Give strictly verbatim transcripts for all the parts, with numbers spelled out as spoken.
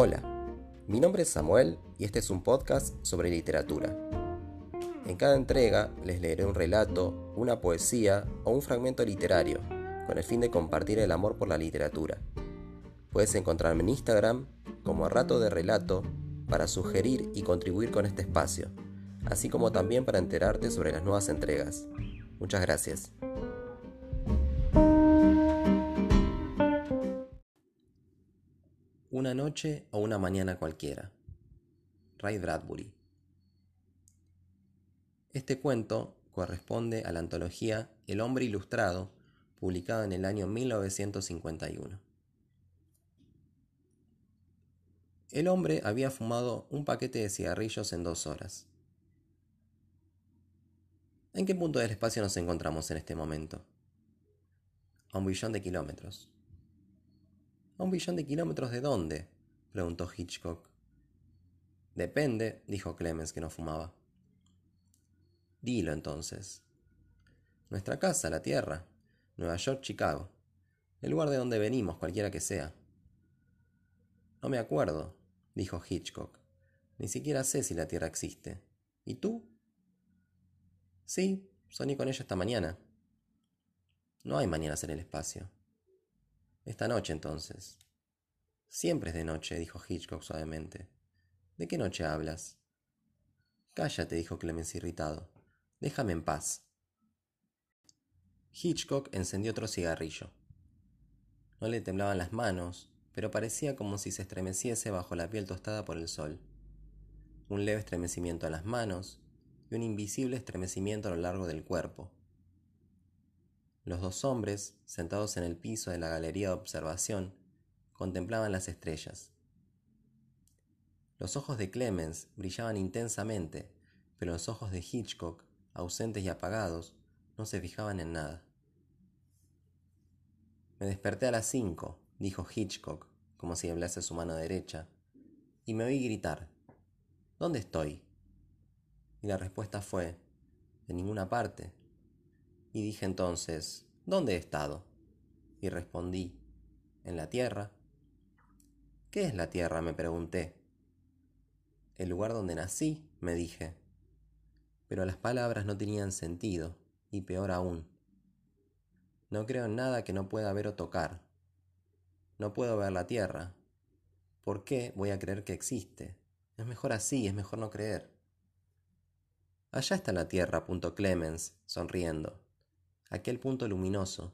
Hola, mi nombre es Samuel y este es un podcast sobre literatura. En cada entrega les leeré un relato, una poesía o un fragmento literario, con el fin de compartir el amor por la literatura. Puedes encontrarme en Instagram como Rato de Relato para sugerir y contribuir con este espacio, así como también para enterarte sobre las nuevas entregas. Muchas gracias. Una noche o una mañana cualquiera. Ray Bradbury. Este cuento corresponde a la antología El hombre ilustrado, publicada en el año mil novecientos cincuenta y uno. El hombre había fumado un paquete de cigarrillos en dos horas. ¿En qué punto del espacio nos encontramos en este momento? A un billón de kilómetros. ¿A un billón de kilómetros de dónde?, preguntó Hitchcock. Depende, dijo Clemens, que no fumaba. Dilo entonces. Nuestra casa, la Tierra. Nueva York, Chicago. El lugar de donde venimos, cualquiera que sea. No me acuerdo, dijo Hitchcock. Ni siquiera sé si la Tierra existe. ¿Y tú? Sí, soñé con ella esta mañana. No hay mañanas en el espacio. Esta noche, entonces. Siempre es de noche, dijo Hitchcock suavemente. ¿De qué noche hablas? Cállate, dijo Clemens irritado. Déjame en paz. Hitchcock encendió otro cigarrillo. No le temblaban las manos, pero parecía como si se estremeciese bajo la piel tostada por el sol. Un leve estremecimiento en las manos y un invisible estremecimiento a lo largo del cuerpo. Los dos hombres, sentados en el piso de la galería de observación, contemplaban las estrellas. Los ojos de Clemens brillaban intensamente, pero los ojos de Hitchcock, ausentes y apagados, no se fijaban en nada. Me desperté a las cinco, dijo Hitchcock, como si hablase su mano derecha, y me oí gritar: ¿Dónde estoy? Y la respuesta fue: en ninguna parte. Y dije entonces: ¿dónde he estado? Y respondí: en la Tierra. ¿Qué es la Tierra?, me pregunté. El lugar donde nací, me dije. Pero las palabras no tenían sentido, y peor aún. No creo en nada que no pueda ver o tocar. No puedo ver la Tierra. ¿Por qué voy a creer que existe? Es mejor así, es mejor no creer. Allá está la Tierra, apuntó Clemens, sonriendo. Aquel punto luminoso.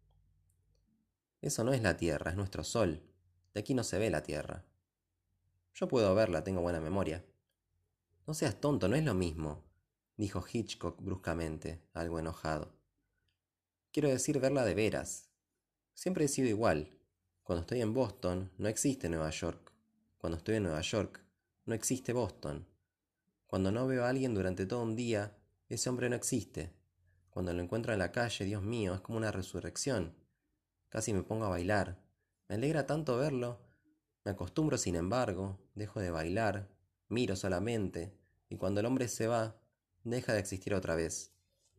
Eso no es la Tierra, es nuestro Sol. De aquí no se ve la Tierra. Yo puedo verla, tengo buena memoria. No seas tonto, no es lo mismo, dijo Hitchcock bruscamente, algo enojado. Quiero decir verla de veras. Siempre he sido igual. Cuando estoy en Boston, no existe Nueva York. Cuando estoy en Nueva York, no existe Boston. Cuando no veo a alguien durante todo un día, ese hombre no existe. Cuando lo encuentro en la calle, Dios mío, es como una resurrección. Casi me pongo a bailar. Me alegra tanto verlo. Me acostumbro, sin embargo, dejo de bailar, miro solamente, y cuando el hombre se va, deja de existir otra vez.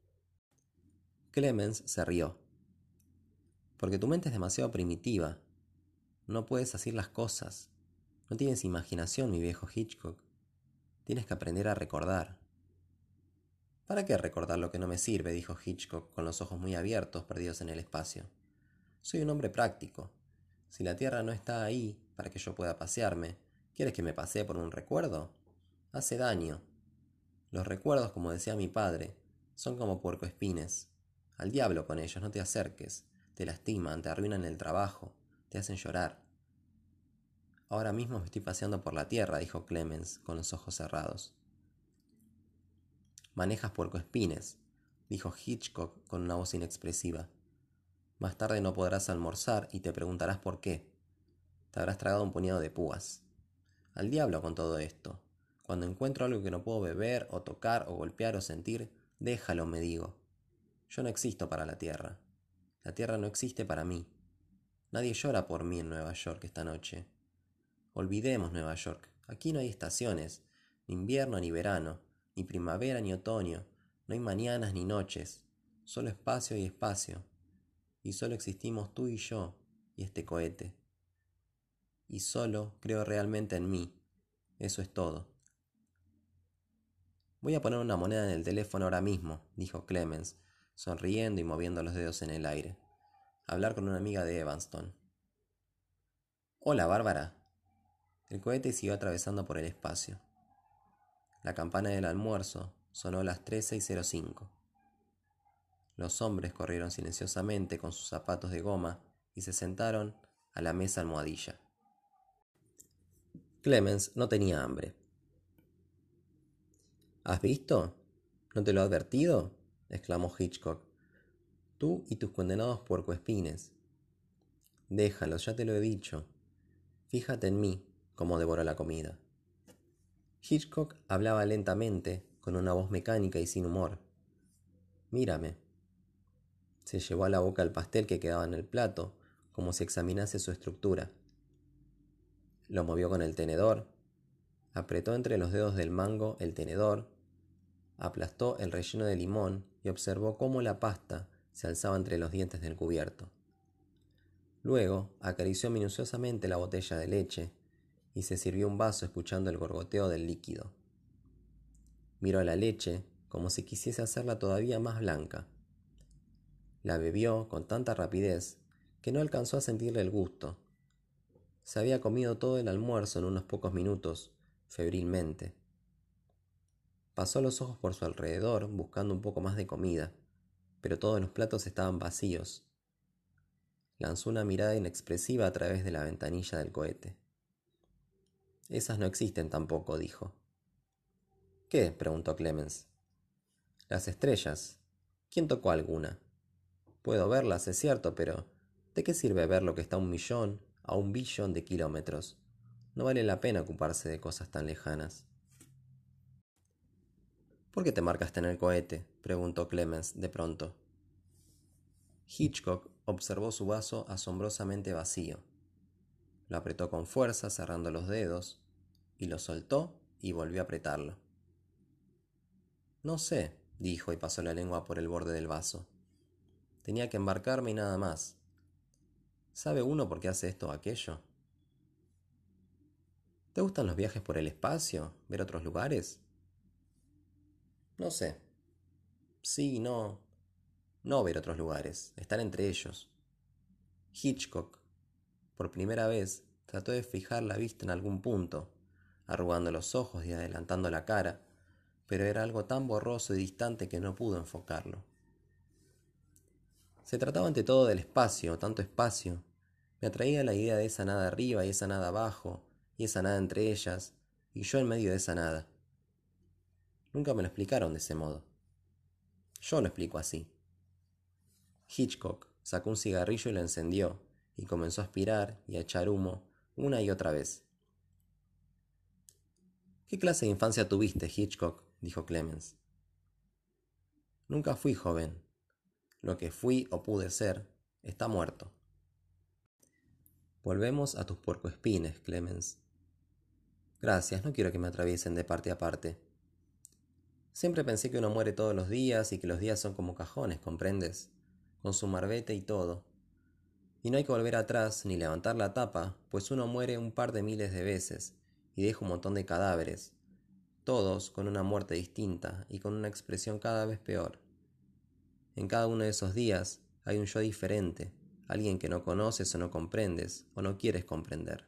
Clemens se rió. Porque tu mente es demasiado primitiva. No puedes asir las cosas. No tienes imaginación, mi viejo Hitchcock. Tienes que aprender a recordar. ¿Para qué recordar lo que no me sirve?, dijo Hitchcock, con los ojos muy abiertos, perdidos en el espacio. Soy un hombre práctico. Si la Tierra no está ahí para que yo pueda pasearme, ¿quieres que me pasee por un recuerdo? Hace daño. Los recuerdos, como decía mi padre, son como puercoespines. Al diablo con ellos, no te acerques. Te lastiman, te arruinan el trabajo, te hacen llorar. Ahora mismo me estoy paseando por la Tierra, dijo Clemens, con los ojos cerrados. Manejas puercoespines, dijo Hitchcock con una voz inexpresiva. Más tarde no podrás almorzar y te preguntarás por qué. Te habrás tragado un puñado de púas. Al diablo con todo esto. Cuando encuentro algo que no puedo beber, o tocar, o golpear, o sentir, déjalo, me digo. Yo no existo para la Tierra. La Tierra no existe para mí. Nadie llora por mí en Nueva York esta noche. Olvidemos Nueva York. Aquí no hay estaciones, ni invierno ni verano, ni primavera ni otoño. No hay mañanas ni noches. Solo espacio y espacio. Y solo existimos tú y yo, y este cohete. y solo creo realmente en mí. Eso es todo. Voy a poner una moneda en el teléfono ahora mismo, dijo Clemens, sonriendo y moviendo los dedos en el aire. Hablar con una amiga de Evanston. Hola, Bárbara. El cohete siguió atravesando por el espacio. La campana del almuerzo sonó a las trece y cero cinco. Los hombres corrieron silenciosamente con sus zapatos de goma y se sentaron a la mesa almohadilla. Clemens no tenía hambre. ¿Has visto? ¿No te lo he advertido?, exclamó Hitchcock. Tú y tus condenados puercoespines. Déjalos, ya te lo he dicho. Fíjate en mí, cómo devoro la comida. Hitchcock hablaba lentamente, con una voz mecánica y sin humor. Mírame. Se llevó a la boca el pastel que quedaba en el plato, como si examinase su estructura. Lo movió con el tenedor, apretó entre los dedos del mango el tenedor, aplastó el relleno de limón y observó cómo la pasta se alzaba entre los dientes del cubierto. Luego acarició minuciosamente la botella de leche y se sirvió un vaso escuchando el gorgoteo del líquido. Miró la leche como si quisiese hacerla todavía más blanca. La bebió con tanta rapidez que no alcanzó a sentirle el gusto. Se había comido todo el almuerzo en unos pocos minutos, febrilmente. Pasó los ojos por su alrededor buscando un poco más de comida, pero todos los platos estaban vacíos. Lanzó una mirada inexpresiva a través de la ventanilla del cohete. Esas no existen tampoco, dijo. ¿Qué?, preguntó Clemens. Las estrellas. ¿Quién tocó alguna? Puedo verlas, es cierto, pero ¿de qué sirve ver lo que está a un millón, a un billón de kilómetros? No vale la pena ocuparse de cosas tan lejanas. ¿Por qué te marcaste en el cohete?, preguntó Clemens de pronto. Hitchcock observó su vaso asombrosamente vacío. Lo apretó con fuerza, cerrando los dedos, y lo soltó y volvió a apretarlo. No sé, dijo y pasó la lengua por el borde del vaso. Tenía que embarcarme y nada más. ¿Sabe uno por qué hace esto o aquello? ¿Te gustan los viajes por el espacio? ¿Ver otros lugares? No sé. Sí, no. No ver otros lugares, estar entre ellos. Hitchcock, por primera vez, trató de fijar la vista en algún punto, arrugando los ojos y adelantando la cara, pero era algo tan borroso y distante que no pudo enfocarlo. Se trataba ante todo del espacio, tanto espacio. Me atraía la idea de esa nada arriba y esa nada abajo, y esa nada entre ellas, y yo en medio de esa nada. Nunca me lo explicaron de ese modo. Yo lo explico así. Hitchcock sacó un cigarrillo y lo encendió, y comenzó a aspirar y a echar humo una y otra vez. ¿Qué clase de infancia tuviste, Hitchcock?, dijo Clemens. Nunca fui joven. Lo que fui o pude ser está muerto. Volvemos a tus puercoespines, Clemens. Gracias, no quiero que me atraviesen de parte a parte. Siempre pensé que uno muere todos los días y que los días son como cajones, ¿comprendes? Con su marbete y todo. Y no hay que volver atrás ni levantar la tapa, pues uno muere un par de miles de veces y deja un montón de cadáveres, todos con una muerte distinta y con una expresión cada vez peor. En cada uno de esos días hay un yo diferente, alguien que no conoces o no comprendes o no quieres comprender.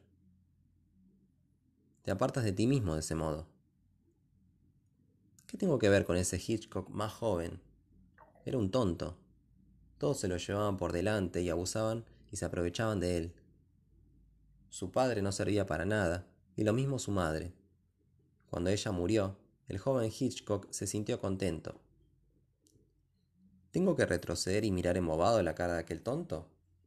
Te apartas de ti mismo de ese modo. ¿Qué tengo que ver con ese Hitchcock más joven? Era un tonto. Todos se lo llevaban por delante y abusaban y se aprovechaban de él. Su padre no servía para nada, y lo mismo su madre. Cuando ella murió, el joven Hitchcock se sintió contento. ¿Tengo que retroceder y mirar embobado la cara de aquel tonto?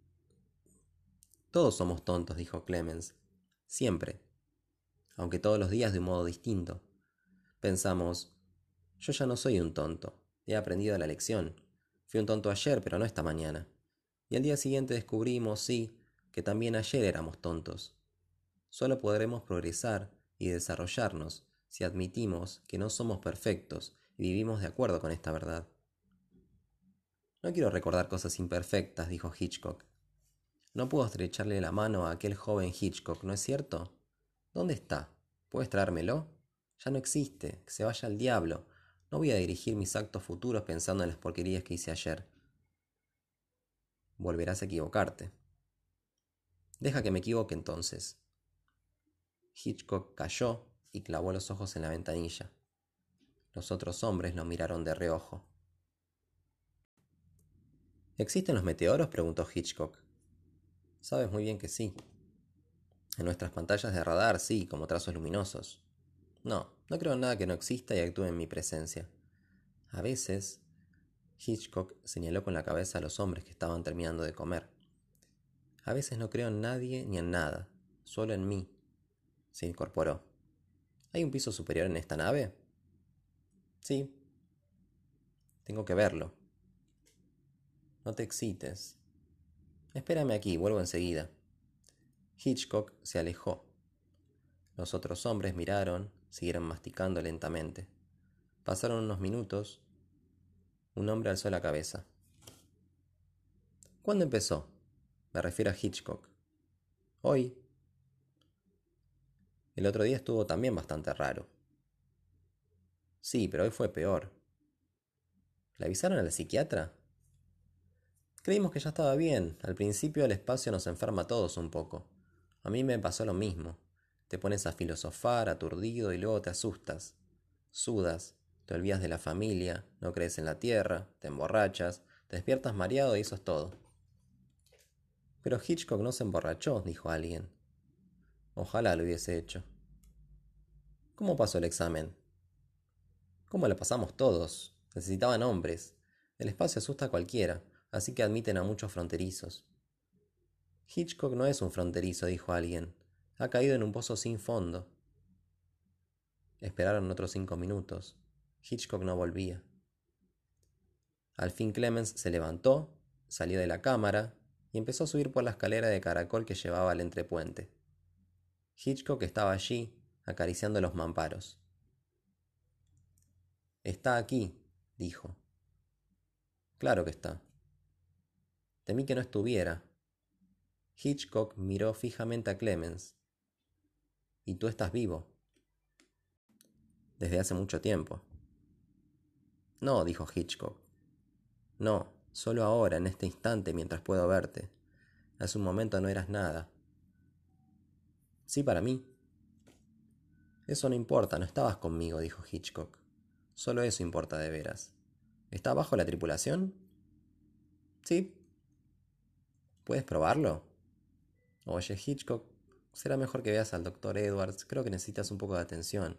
Todos somos tontos, dijo Clemens. Siempre. Aunque todos los días de un modo distinto. Pensamos, yo ya no soy un tonto. He aprendido la lección. Fui un tonto ayer, pero no esta mañana. Y al día siguiente descubrimos, sí, que también ayer éramos tontos. Solo podremos progresar y desarrollarnos si admitimos que no somos perfectos y vivimos de acuerdo con esta verdad. No quiero recordar cosas imperfectas, dijo Hitchcock. No puedo estrecharle la mano a aquel joven Hitchcock, ¿no es cierto? ¿Dónde está? ¿Puedes traérmelo? Ya no existe, que se vaya al diablo. No voy a dirigir mis actos futuros pensando en las porquerías que hice ayer. Volverás a equivocarte. Deja que me equivoque entonces. Hitchcock cayó y clavó los ojos en la ventanilla. Los otros hombres lo miraron de reojo. ¿Existen los meteoros?, preguntó Hitchcock. Sabes muy bien que sí. En nuestras pantallas de radar, sí, como trazos luminosos. No, no creo en nada que no exista y actúe en mi presencia. A veces, Hitchcock señaló con la cabeza a los hombres que estaban terminando de comer. A veces no creo en nadie ni en nada, solo en mí. Se incorporó. ¿Hay un piso superior en esta nave? Sí. Tengo que verlo. No te excites. Espérame aquí, vuelvo enseguida. Hitchcock se alejó. Los otros hombres miraron, siguieron masticando lentamente. Pasaron unos minutos. Un hombre alzó la cabeza. ¿Cuándo empezó? Me refiero a Hitchcock. Hoy. El otro día estuvo también bastante raro. Sí, pero hoy fue peor. ¿Le avisaron al psiquiatra? Creímos que ya estaba bien. Al principio el espacio nos enferma a todos un poco. A mí me pasó lo mismo. Te pones a filosofar, aturdido, y luego te asustas. Sudas, te olvidas de la familia, no crees en la tierra, te emborrachas, te despiertas mareado y eso es todo. Pero Hitchcock no se emborrachó, dijo alguien. Ojalá lo hubiese hecho. ¿Cómo pasó el examen? ¿Cómo lo pasamos todos? Necesitaban hombres. El espacio asusta a cualquiera, así que admiten a muchos fronterizos. Hitchcock no es un fronterizo, dijo alguien. Ha caído en un pozo sin fondo. Esperaron otros cinco minutos. Hitchcock no volvía. Al fin Clemens se levantó, salió de la cámara y empezó a subir por la escalera de caracol que llevaba al entrepuente. Hitchcock estaba allí, acariciando los mamparos. Está aquí, dijo. Claro que está. Temí que no estuviera. Hitchcock miró fijamente a Clemens. ¿Y tú estás vivo? Desde hace mucho tiempo. No, dijo Hitchcock. No, solo ahora, en este instante, mientras puedo verte. Hace un momento no eras nada. Sí, para mí. Eso no importa, no estabas conmigo, dijo Hitchcock. Solo eso importa de veras. ¿Está bajo la tripulación? Sí. ¿Puedes probarlo? Oye, Hitchcock, será mejor que veas al doctor Edwards. Creo que necesitas un poco de atención.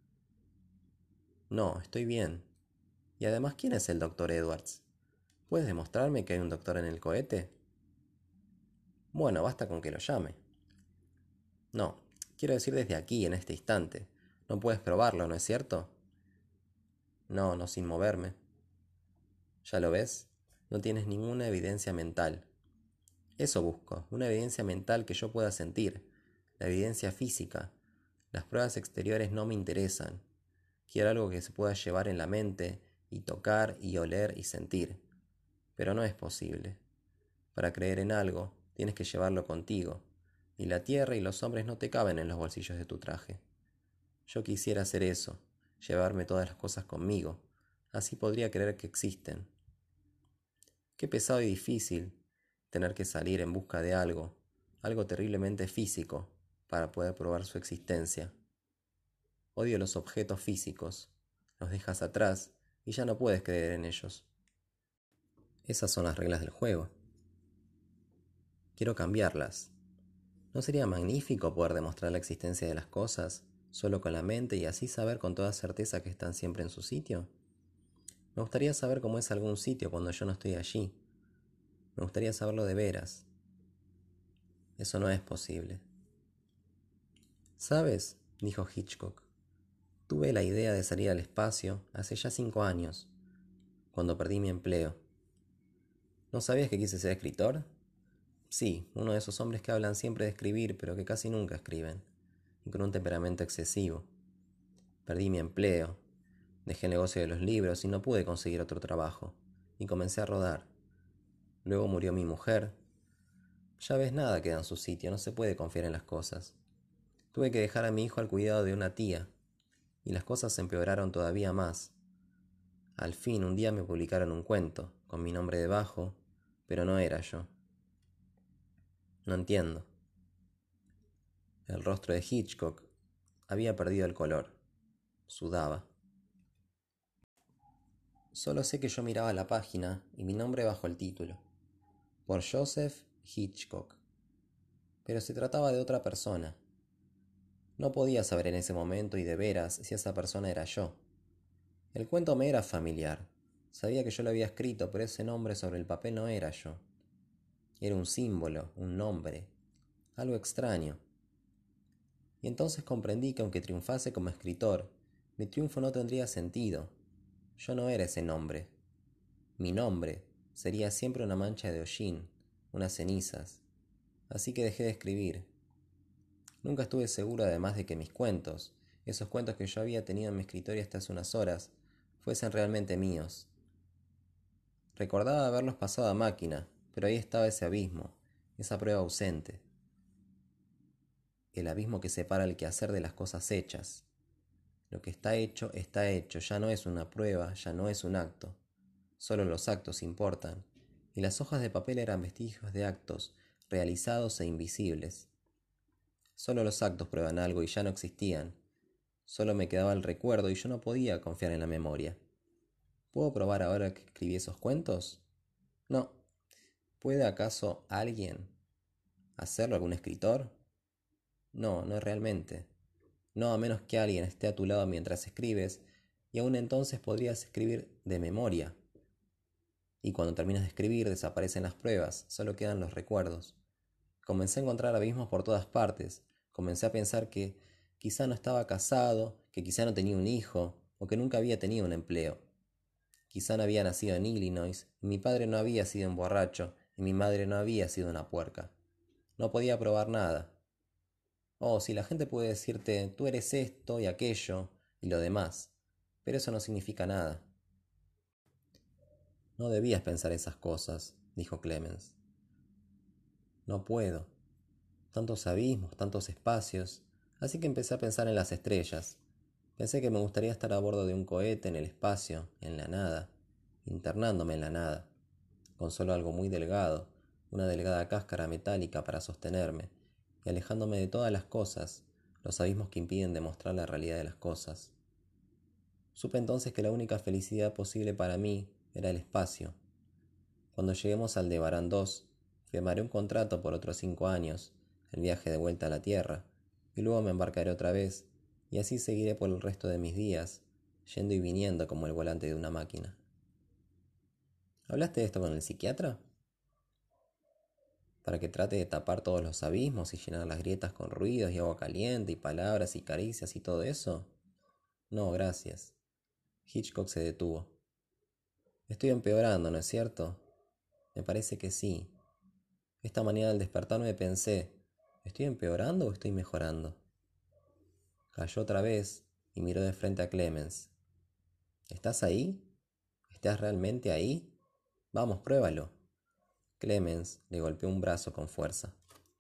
No, estoy bien. Y además, ¿quién es el doctor Edwards? ¿Puedes demostrarme que hay un doctor en el cohete? Bueno, basta con que lo llame. No, quiero decir desde aquí, en este instante. No puedes probarlo, ¿no es cierto? No, no sin moverme. ¿Ya lo ves? No tienes ninguna evidencia mental. Eso busco, una evidencia mental que yo pueda sentir, la evidencia física. Las pruebas exteriores no me interesan. Quiero algo que se pueda llevar en la mente y tocar y oler y sentir. Pero no es posible. Para creer en algo, tienes que llevarlo contigo, y la tierra y los hombres no te caben en los bolsillos de tu traje. Yo quisiera hacer eso, llevarme todas las cosas conmigo, así podría creer que existen. Qué pesado y difícil tener que salir en busca de algo, algo terriblemente físico, para poder probar su existencia. Odio los objetos físicos, los dejas atrás y ya no puedes creer en ellos. Esas son las reglas del juego. Quiero cambiarlas. ¿No sería magnífico poder demostrar la existencia de las cosas solo con la mente y así saber con toda certeza que están siempre en su sitio? Me gustaría saber cómo es algún sitio cuando yo no estoy allí. Me gustaría saberlo de veras. Eso no es posible. ¿Sabes?, dijo Hitchcock. Tuve la idea de salir al espacio hace ya cinco años, cuando perdí mi empleo. ¿No sabías que quise ser escritor? Sí, uno de esos hombres que hablan siempre de escribir, pero que casi nunca escriben, y con un temperamento excesivo. Perdí mi empleo, dejé el negocio de los libros y no pude conseguir otro trabajo, y comencé a rodar. Luego murió mi mujer, Ya ves, nada queda en su sitio, no se puede confiar en las cosas. Tuve que dejar a mi hijo al cuidado de una tía, y las cosas se empeoraron todavía más. Al fin, un día me publicaron un cuento, con mi nombre debajo, pero no era yo. No entiendo. El rostro de Hitchcock había perdido el color. Sudaba. Solo sé que yo miraba la página y mi nombre bajo el título. Por Joseph Hitchcock. Pero se trataba de otra persona. No podía saber en ese momento y de veras si esa persona era yo. El cuento me era familiar. Sabía que yo lo había escrito, pero ese nombre sobre el papel no era yo. Era un símbolo, un nombre, algo extraño. Y entonces comprendí que aunque triunfase como escritor, mi triunfo no tendría sentido. Yo no era ese nombre. Mi nombre sería siempre una mancha de hollín, unas cenizas. Así que dejé de escribir. Nunca estuve seguro además de que mis cuentos, esos cuentos que yo había tenido en mi escritorio hasta hace unas horas, fuesen realmente míos. Recordaba haberlos pasado a máquina, pero ahí estaba ese abismo, esa prueba ausente. El abismo que separa el quehacer de las cosas hechas. Lo que está hecho, está hecho, ya no es una prueba, ya no es un acto. Solo los actos importan, y las hojas de papel eran vestigios de actos, realizados e invisibles. Solo los actos prueban algo y ya no existían. Solo me quedaba el recuerdo y yo no podía confiar en la memoria. ¿Puedo probar ahora que escribí esos cuentos? No. ¿Puede acaso alguien hacerlo, algún escritor? No, no realmente. No a menos que alguien esté a tu lado mientras escribes, y aún entonces podrías escribir de memoria. Y cuando terminas de escribir desaparecen las pruebas, solo quedan los recuerdos. Comencé a encontrar abismos por todas partes. Comencé a pensar que quizá no estaba casado, que quizá no tenía un hijo, o que nunca había tenido un empleo. Quizá no había nacido en Illinois, y mi padre no había sido un borracho, y mi madre no había sido una puerca. No podía probar nada. Oh, si la gente puede decirte, tú eres esto y aquello, y lo demás, pero eso no significa nada. No debías pensar esas cosas, dijo Clemens. No puedo. Tantos abismos, tantos espacios, así que empecé a pensar en las estrellas. Pensé que me gustaría estar a bordo de un cohete en el espacio, en la nada, internándome en la nada, con solo algo muy delgado, una delgada cáscara metálica para sostenerme, y alejándome de todas las cosas, los abismos que impiden demostrar la realidad de las cosas. Supe entonces que la única felicidad posible para mí era el espacio. Cuando lleguemos al Aldebarán dos, firmaré un contrato por otros cinco años, el viaje de vuelta a la Tierra, y luego me embarcaré otra vez, y así seguiré por el resto de mis días, yendo y viniendo como el volante de una máquina. ¿Hablaste de esto con el psiquiatra? ¿Para que trate de tapar todos los abismos y llenar las grietas con ruidos y agua caliente y palabras y caricias y todo eso? No, gracias. Hitchcock se detuvo. Estoy empeorando, ¿no es cierto? Me parece que sí. Esta mañana al despertarme pensé, ¿estoy empeorando o estoy mejorando? Cayó otra vez y miró de frente a Clemens. ¿Estás ahí? ¿Estás realmente ahí? Vamos, pruébalo. Clemens le golpeó un brazo con fuerza.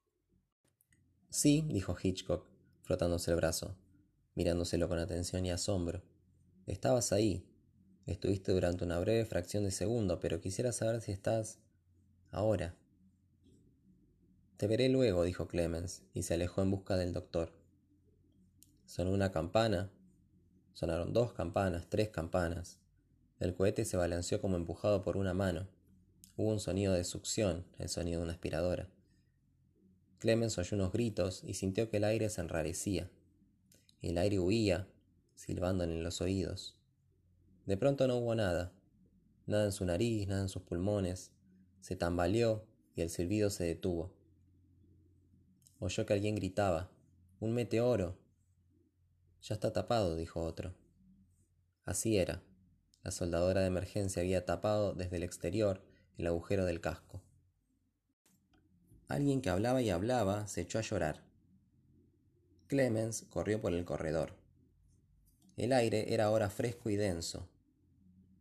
Sí, dijo Hitchcock, frotándose el brazo, mirándoselo con atención y asombro. Estabas ahí. Estuviste durante una breve fracción de segundo, pero quisiera saber si estás... ahora. Te veré luego, dijo Clemens, y se alejó en busca del doctor. Sonó una campana. Sonaron dos campanas, tres campanas. El cohete se balanceó como empujado por una mano. Hubo un sonido de succión, el sonido de una aspiradora. Clemens oyó unos gritos y sintió que el aire se enrarecía. El aire huía, silbándole en los oídos. De pronto no hubo nada. Nada en su nariz, nada en sus pulmones. Se tambaleó y el silbido se detuvo. Oyó que alguien gritaba: ¡Un meteoro! Ya está tapado, dijo otro. Así era. La soldadora de emergencia había tapado desde el exterior el agujero del casco. Alguien que hablaba y hablaba se echó a llorar. Clemens corrió por el corredor. El aire era ahora fresco y denso.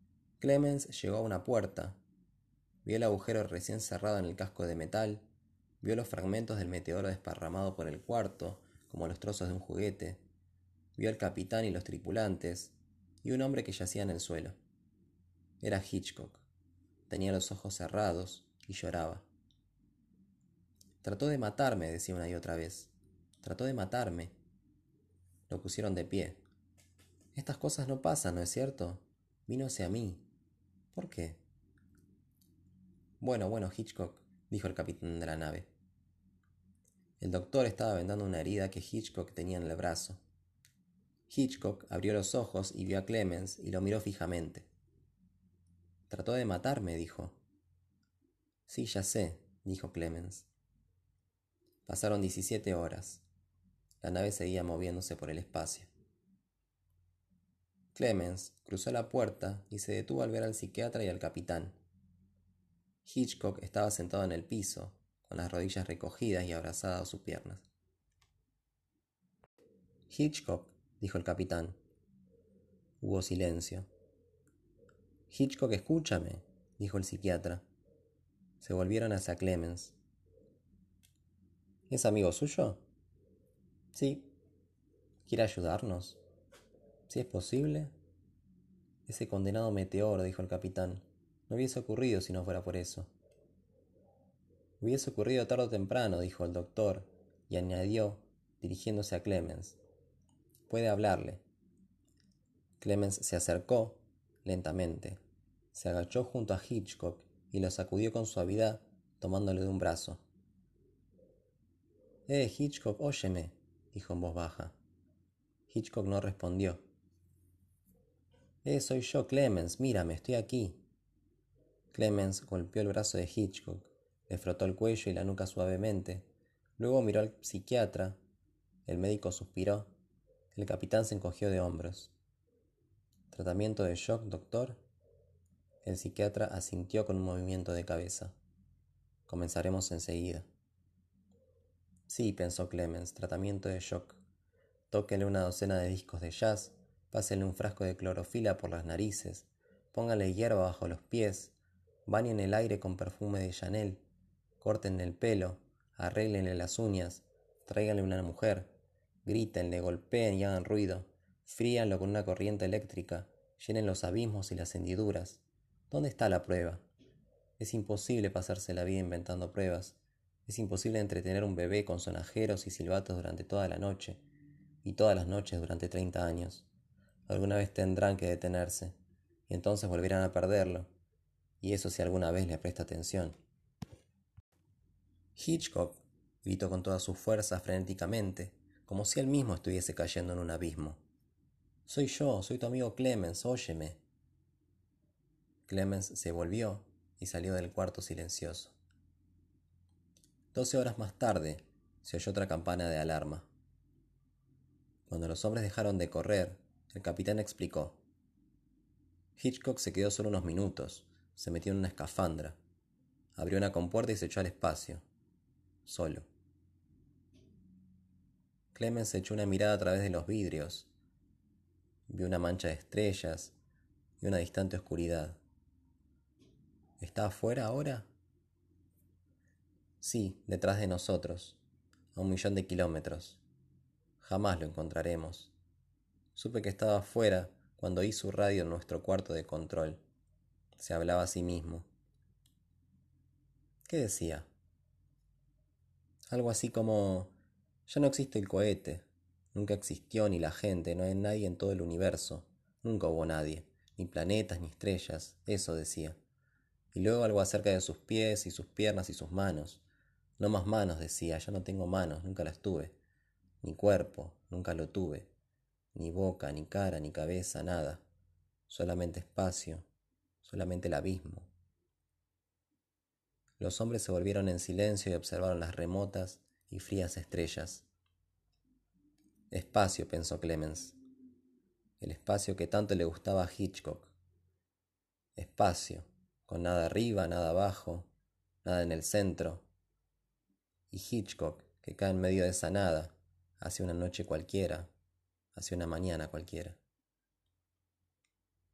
Clemens llegó a una puerta. Vio el agujero recién cerrado en el casco de metal Vio los fragmentos del meteoro desparramado por el cuarto, como los trozos de un juguete. Vio al capitán y los tripulantes, y un hombre que yacía en el suelo. Era Hitchcock. Tenía los ojos cerrados y lloraba. Trató de matarme, decía una y otra vez. Trató de matarme. Lo pusieron de pie. Estas cosas no pasan, ¿no es cierto? Vino hacia mí. ¿Por qué? Bueno, bueno, Hitchcock, dijo el capitán de la nave. El doctor estaba vendando una herida que Hitchcock tenía en el brazo. Hitchcock abrió los ojos y vio a Clemens y lo miró fijamente. Trató de matarme, dijo. Sí, ya sé, dijo Clemens. Pasaron diecisiete horas. La nave seguía moviéndose por el espacio. Clemens cruzó la puerta y se detuvo al ver al psiquiatra y al capitán. Hitchcock estaba sentado en el piso, con las rodillas recogidas y abrazadas a sus piernas. Hitchcock, dijo el capitán. Hubo silencio. Hitchcock, escúchame, dijo el psiquiatra. Se volvieron hacia Clemens. ¿Es amigo suyo? Sí. ¿Quiere ayudarnos? Si es posible. Ese condenado meteoro, dijo el capitán. No hubiese ocurrido si no fuera por eso. Hubiese ocurrido tarde o temprano, dijo el doctor, y añadió, dirigiéndose a Clemens. Puede hablarle. Clemens se acercó, lentamente. Se agachó junto a Hitchcock y lo sacudió con suavidad, tomándole de un brazo. Eh, Hitchcock, óyeme, dijo en voz baja. Hitchcock no respondió. Eh, soy yo, Clemens, mírame, estoy aquí. Clemens golpeó el brazo de Hitchcock, le frotó el cuello y la nuca suavemente. Luego miró al psiquiatra. El médico suspiró. El capitán se encogió de hombros. ¿Tratamiento de shock, doctor? El psiquiatra asintió con un movimiento de cabeza. Comenzaremos enseguida. Sí, pensó Clemens, tratamiento de shock. Tóquenle una docena de discos de jazz, pásenle un frasco de clorofila por las narices, pónganle hierba bajo los pies, bañen el aire con perfume de Chanel, córtenle el pelo, arréglenle las uñas, tráiganle una mujer, grítenle, golpeen y hagan ruido, fríanlo con una corriente eléctrica, llenen los abismos y las hendiduras. ¿Dónde está la prueba? Es imposible pasarse la vida inventando pruebas. Es imposible entretener un bebé con sonajeros y silbatos durante toda la noche, y todas las noches durante treinta años. Alguna vez tendrán que detenerse, y entonces volverán a perderlo, y eso si alguna vez le presta atención. Hitchcock gritó con toda su fuerza frenéticamente, como si él mismo estuviese cayendo en un abismo. Soy yo, soy tu amigo Clemens, óyeme. Clemens se volvió y salió del cuarto silencioso. Doce horas más tarde se oyó otra campana de alarma. Cuando los hombres dejaron de correr, el capitán explicó. Hitchcock se quedó solo unos minutos, se metió en una escafandra, abrió una compuerta y se echó al espacio, solo. Clemens echó una mirada a través de los vidrios, vio una mancha de estrellas y una distante oscuridad. ¿Está afuera ahora? Sí, detrás de nosotros, a un millón de kilómetros. Jamás lo encontraremos. Supe que estaba afuera cuando oí su radio en nuestro cuarto de control. Se hablaba a sí mismo. ¿Qué decía? Algo así como, ya no existe el cohete, nunca existió ni la gente, no hay nadie en todo el universo, nunca hubo nadie, ni planetas ni estrellas, eso decía. Y luego algo acerca de sus pies y sus piernas y sus manos. No más manos, decía, ya no tengo manos, nunca las tuve. Ni cuerpo, nunca lo tuve. Ni boca, ni cara, ni cabeza, nada. Solamente espacio, solamente el abismo. Los hombres se volvieron en silencio y observaron las remotas y frías estrellas. Espacio, pensó Clemens. El espacio que tanto le gustaba a Hitchcock. Espacio, con nada arriba, nada abajo, nada en el centro. Y Hitchcock, que cae en medio de esa nada, hacia una noche cualquiera, hacia una mañana cualquiera.